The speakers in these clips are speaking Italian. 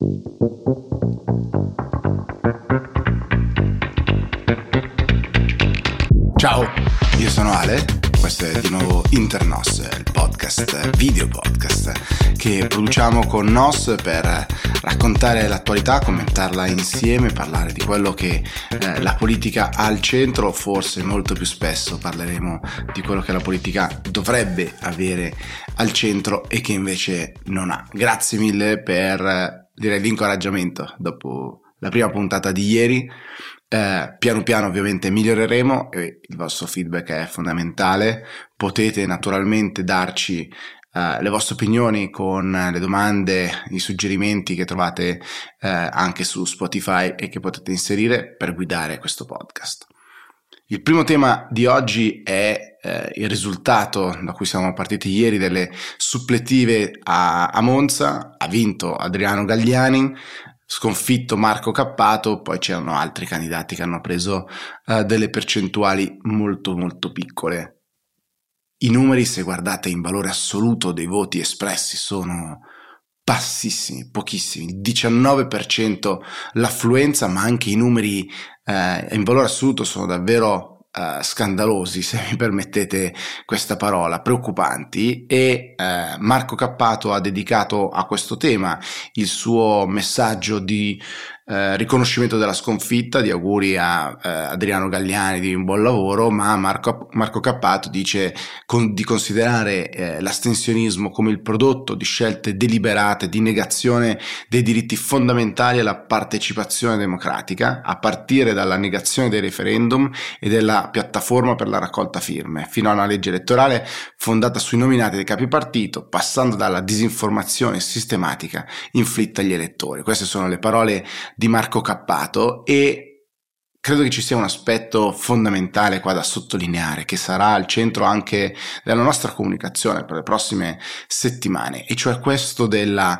Ciao, io sono Ale, questo è di nuovo Internos, il podcast, video podcast che produciamo con Nos per raccontare l'attualità, commentarla insieme, parlare di quello che la politica ha al centro. Forse molto più spesso parleremo di quello che la politica dovrebbe avere al centro e che invece non ha. Grazie mille per l'incoraggiamento dopo la prima puntata di ieri. Piano piano ovviamente miglioreremo e il vostro feedback è fondamentale. Potete naturalmente darci le vostre opinioni con le domande, i suggerimenti che trovate anche su Spotify e che potete inserire per guidare questo podcast. Il primo tema di oggi è il risultato da cui siamo partiti ieri delle suppletive a Monza. Ha vinto Adriano Galliani, sconfitto Marco Cappato, poi c'erano altri candidati che hanno preso delle percentuali molto molto piccole. I numeri, se guardate in valore assoluto dei voti espressi, sono bassissimi, pochissimi, il 19% l'affluenza, ma anche i numeri in valore assoluto sono davvero scandalosi, se mi permettete questa parola, preoccupanti. E Marco Cappato ha dedicato a questo tema il suo messaggio di riconoscimento della sconfitta, di auguri a Adriano Galliani di un buon lavoro, ma Marco Cappato dice di considerare l'astensionismo come il prodotto di scelte deliberate di negazione dei diritti fondamentali alla partecipazione democratica, a partire dalla negazione dei referendum e della piattaforma per la raccolta firme, fino a una legge elettorale fondata sui nominati dei capi partito, passando dalla disinformazione sistematica inflitta agli elettori. Queste sono le parole di Marco Cappato e credo che ci sia un aspetto fondamentale qua da sottolineare, che sarà al centro anche della nostra comunicazione per le prossime settimane, e cioè questo della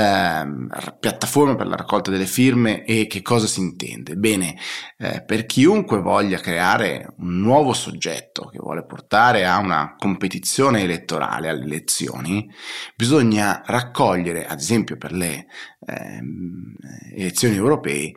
piattaforma per la raccolta delle firme. E che cosa si intende? Bene, per chiunque voglia creare un nuovo soggetto che vuole portare a una competizione elettorale, alle elezioni, bisogna raccogliere, ad esempio per le elezioni europee,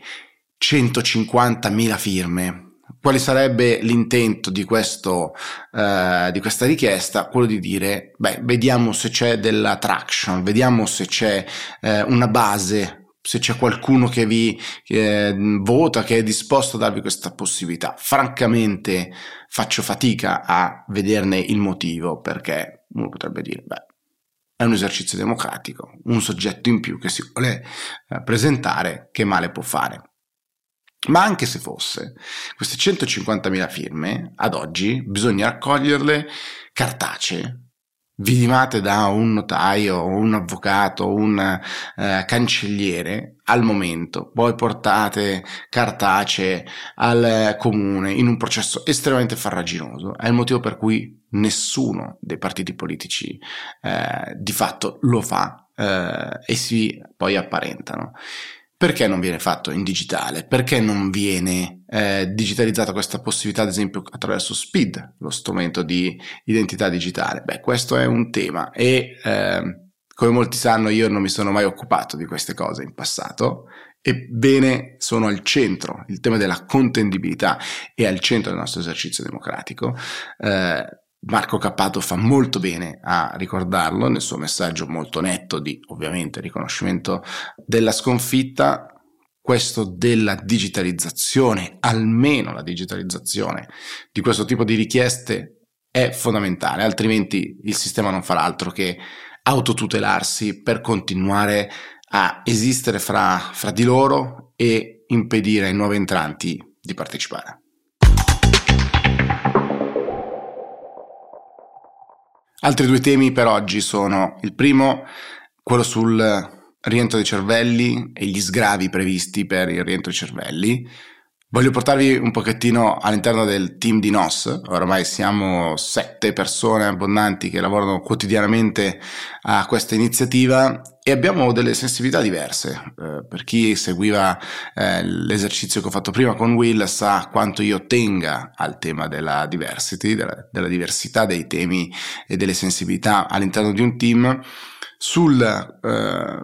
150.000 firme. Quale sarebbe l'intento di questa richiesta? Quello di dire, vediamo se c'è della traction, vediamo se c'è una base, se c'è qualcuno che vi vota, che è disposto a darvi questa possibilità. Francamente faccio fatica a vederne il motivo, perché uno potrebbe dire, è un esercizio democratico, un soggetto in più che si vuole presentare, che male può fare? Ma anche se fosse, queste 150.000 firme ad oggi bisogna raccoglierle cartacee, vidimate da un notaio, un avvocato, un cancelliere al momento, poi portate cartacee al comune in un processo estremamente farraginoso. È il motivo per cui nessuno dei partiti politici di fatto lo fa e si poi apparentano. Perché non viene fatto in digitale? Perché non viene digitalizzata questa possibilità, ad esempio attraverso SPID, lo strumento di identità digitale? Questo è un tema e come molti sanno io non mi sono mai occupato di queste cose in passato, ebbene sono al centro. Il tema della contendibilità è al centro del nostro esercizio democratico. Marco Cappato fa molto bene a ricordarlo nel suo messaggio molto netto di, ovviamente, riconoscimento della sconfitta. Questo della digitalizzazione, almeno la digitalizzazione di questo tipo di richieste, è fondamentale, altrimenti il sistema non farà altro che autotutelarsi per continuare a esistere fra di loro e impedire ai nuovi entranti di partecipare. Altri due temi per oggi sono: il primo, quello sul rientro dei cervelli e gli sgravi previsti per il rientro dei cervelli. Voglio portarvi un pochettino all'interno del team di Nos. Ormai siamo 7 persone abbondanti che lavorano quotidianamente a questa iniziativa e abbiamo delle sensibilità diverse. Per chi seguiva l'esercizio che ho fatto prima con Will sa quanto io tenga al tema della diversity, della diversità dei temi e delle sensibilità all'interno di un team. Sul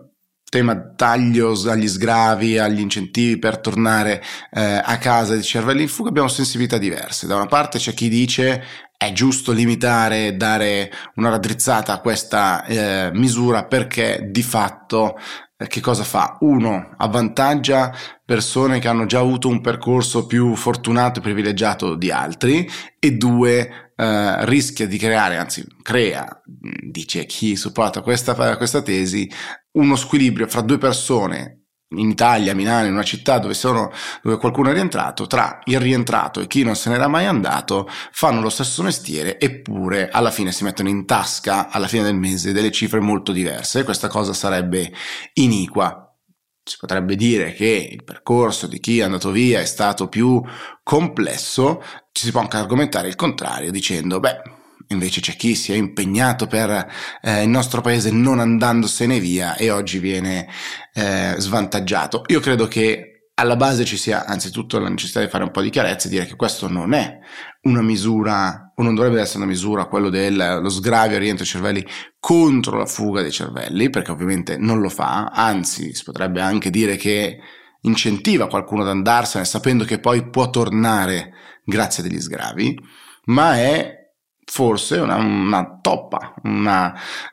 tema taglio agli sgravi, agli incentivi per tornare a casa di cervelli in fuga, abbiamo sensibilità diverse. Da una parte c'è chi dice è giusto limitare, dare una raddrizzata a questa misura perché di fatto che cosa fa? Uno, avvantaggia persone che hanno già avuto un percorso più fortunato e privilegiato di altri, e due, rischia di creare, anzi crea, dice chi supporta questa tesi, uno squilibrio fra due persone in Italia, a Milano, in una città dove qualcuno è rientrato, tra il rientrato e chi non se n'era mai andato, fanno lo stesso mestiere eppure alla fine si mettono in tasca alla fine del mese delle cifre molto diverse. Questa cosa sarebbe iniqua. Si potrebbe dire che il percorso di chi è andato via è stato più complesso, ci si può anche argomentare il contrario dicendo invece c'è chi si è impegnato per il nostro paese non andandosene via e oggi viene svantaggiato. Io credo che alla base ci sia anzitutto la necessità di fare un po' di chiarezza e dire che questo non è una misura, o non dovrebbe essere una misura, quello dello sgravio al rientro dei cervelli contro la fuga dei cervelli, perché ovviamente non lo fa, anzi si potrebbe anche dire che incentiva qualcuno ad andarsene sapendo che poi può tornare grazie a degli sgravi, ma è forse una toppa, una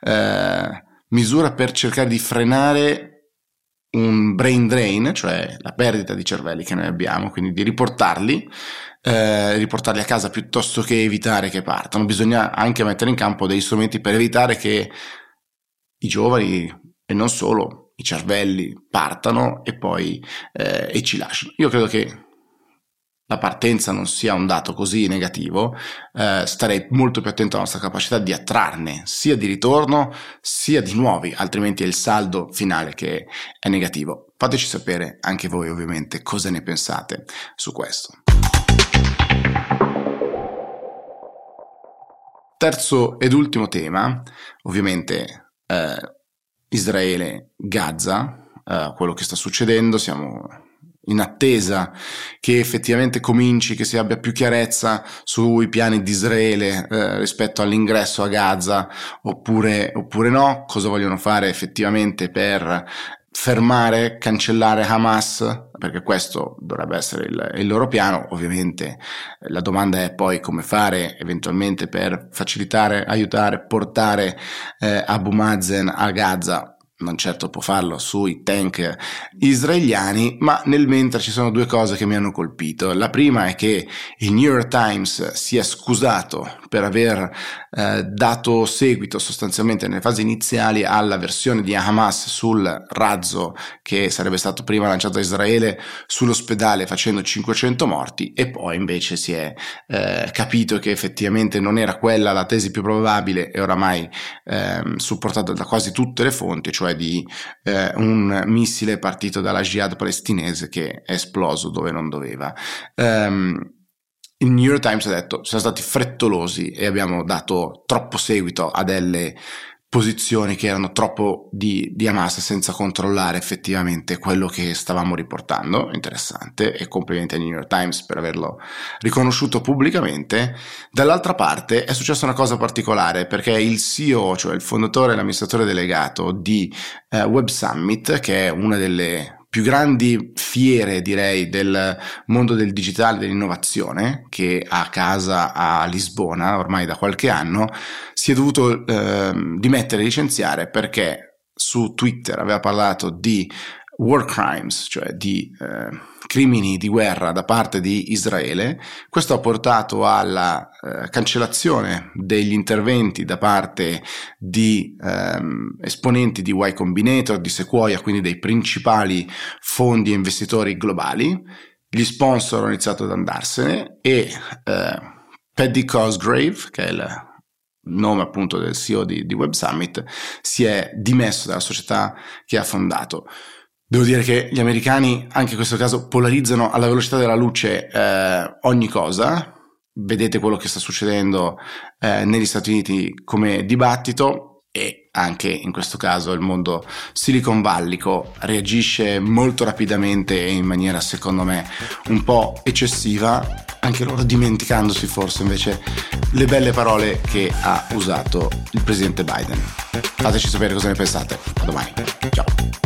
misura per cercare di frenare un brain drain, cioè la perdita di cervelli che noi abbiamo, quindi di riportarli a casa piuttosto che evitare che partano. Bisogna anche mettere in campo degli strumenti per evitare che i giovani, e non solo, i cervelli partano e poi e ci lasciano. Io credo che la partenza non sia un dato così negativo, starei molto più attento alla nostra capacità di attrarne sia di ritorno sia di nuovi, altrimenti è il saldo finale che è negativo. Fateci sapere anche voi ovviamente cosa ne pensate su questo. Terzo ed ultimo tema, ovviamente Israele, Gaza, quello che sta succedendo. Siamo in attesa che effettivamente cominci, che si abbia più chiarezza sui piani di Israele rispetto all'ingresso a Gaza oppure no, cosa vogliono fare effettivamente per fermare, cancellare Hamas, perché questo dovrebbe essere il loro piano. Ovviamente la domanda è poi come fare eventualmente per facilitare, aiutare, portare Abu Mazen a Gaza. Non certo può farlo sui tank israeliani, ma nel mentre ci sono due cose che mi hanno colpito. La prima è che il New York Times si è scusato per aver dato seguito sostanzialmente nelle fasi iniziali alla versione di Hamas sul razzo che sarebbe stato prima lanciato da Israele sull'ospedale facendo 500 morti, e poi invece si è capito che effettivamente non era quella la tesi più probabile e oramai supportata da quasi tutte le fonti, cioè di un missile partito dalla Jihad palestinese che è esploso dove non doveva. Il New York Times ha detto siamo stati frettolosi e abbiamo dato troppo seguito a delle posizioni che erano troppo di Hamas senza controllare effettivamente quello che stavamo riportando. Interessante, e complimenti al New York Times per averlo riconosciuto pubblicamente. Dall'altra parte è successa una cosa particolare, perché il CEO, cioè il fondatore e l'amministratore delegato di Web Summit, che è una delle più grandi fiere, direi, del mondo del digitale, dell'innovazione, che ha casa a Lisbona ormai da qualche anno, si è dovuto dimettere e licenziare perché su Twitter aveva parlato di war crimes, cioè di crimini di guerra da parte di Israele. Questo ha portato alla cancellazione degli interventi da parte di esponenti di Y Combinator, di Sequoia, quindi dei principali fondi e investitori globali. Gli sponsor hanno iniziato ad andarsene e Paddy Cosgrave, che è il nome appunto del CEO di Web Summit, si è dimesso dalla società che ha fondato. Devo dire che gli americani anche in questo caso polarizzano alla velocità della luce ogni cosa. Vedete quello che sta succedendo negli Stati Uniti come dibattito, e anche in questo caso il mondo Silicon Valleyco reagisce molto rapidamente e in maniera secondo me un po' eccessiva, anche loro dimenticandosi forse invece le belle parole che ha usato il presidente Biden. Fateci sapere cosa ne pensate. A domani. Ciao.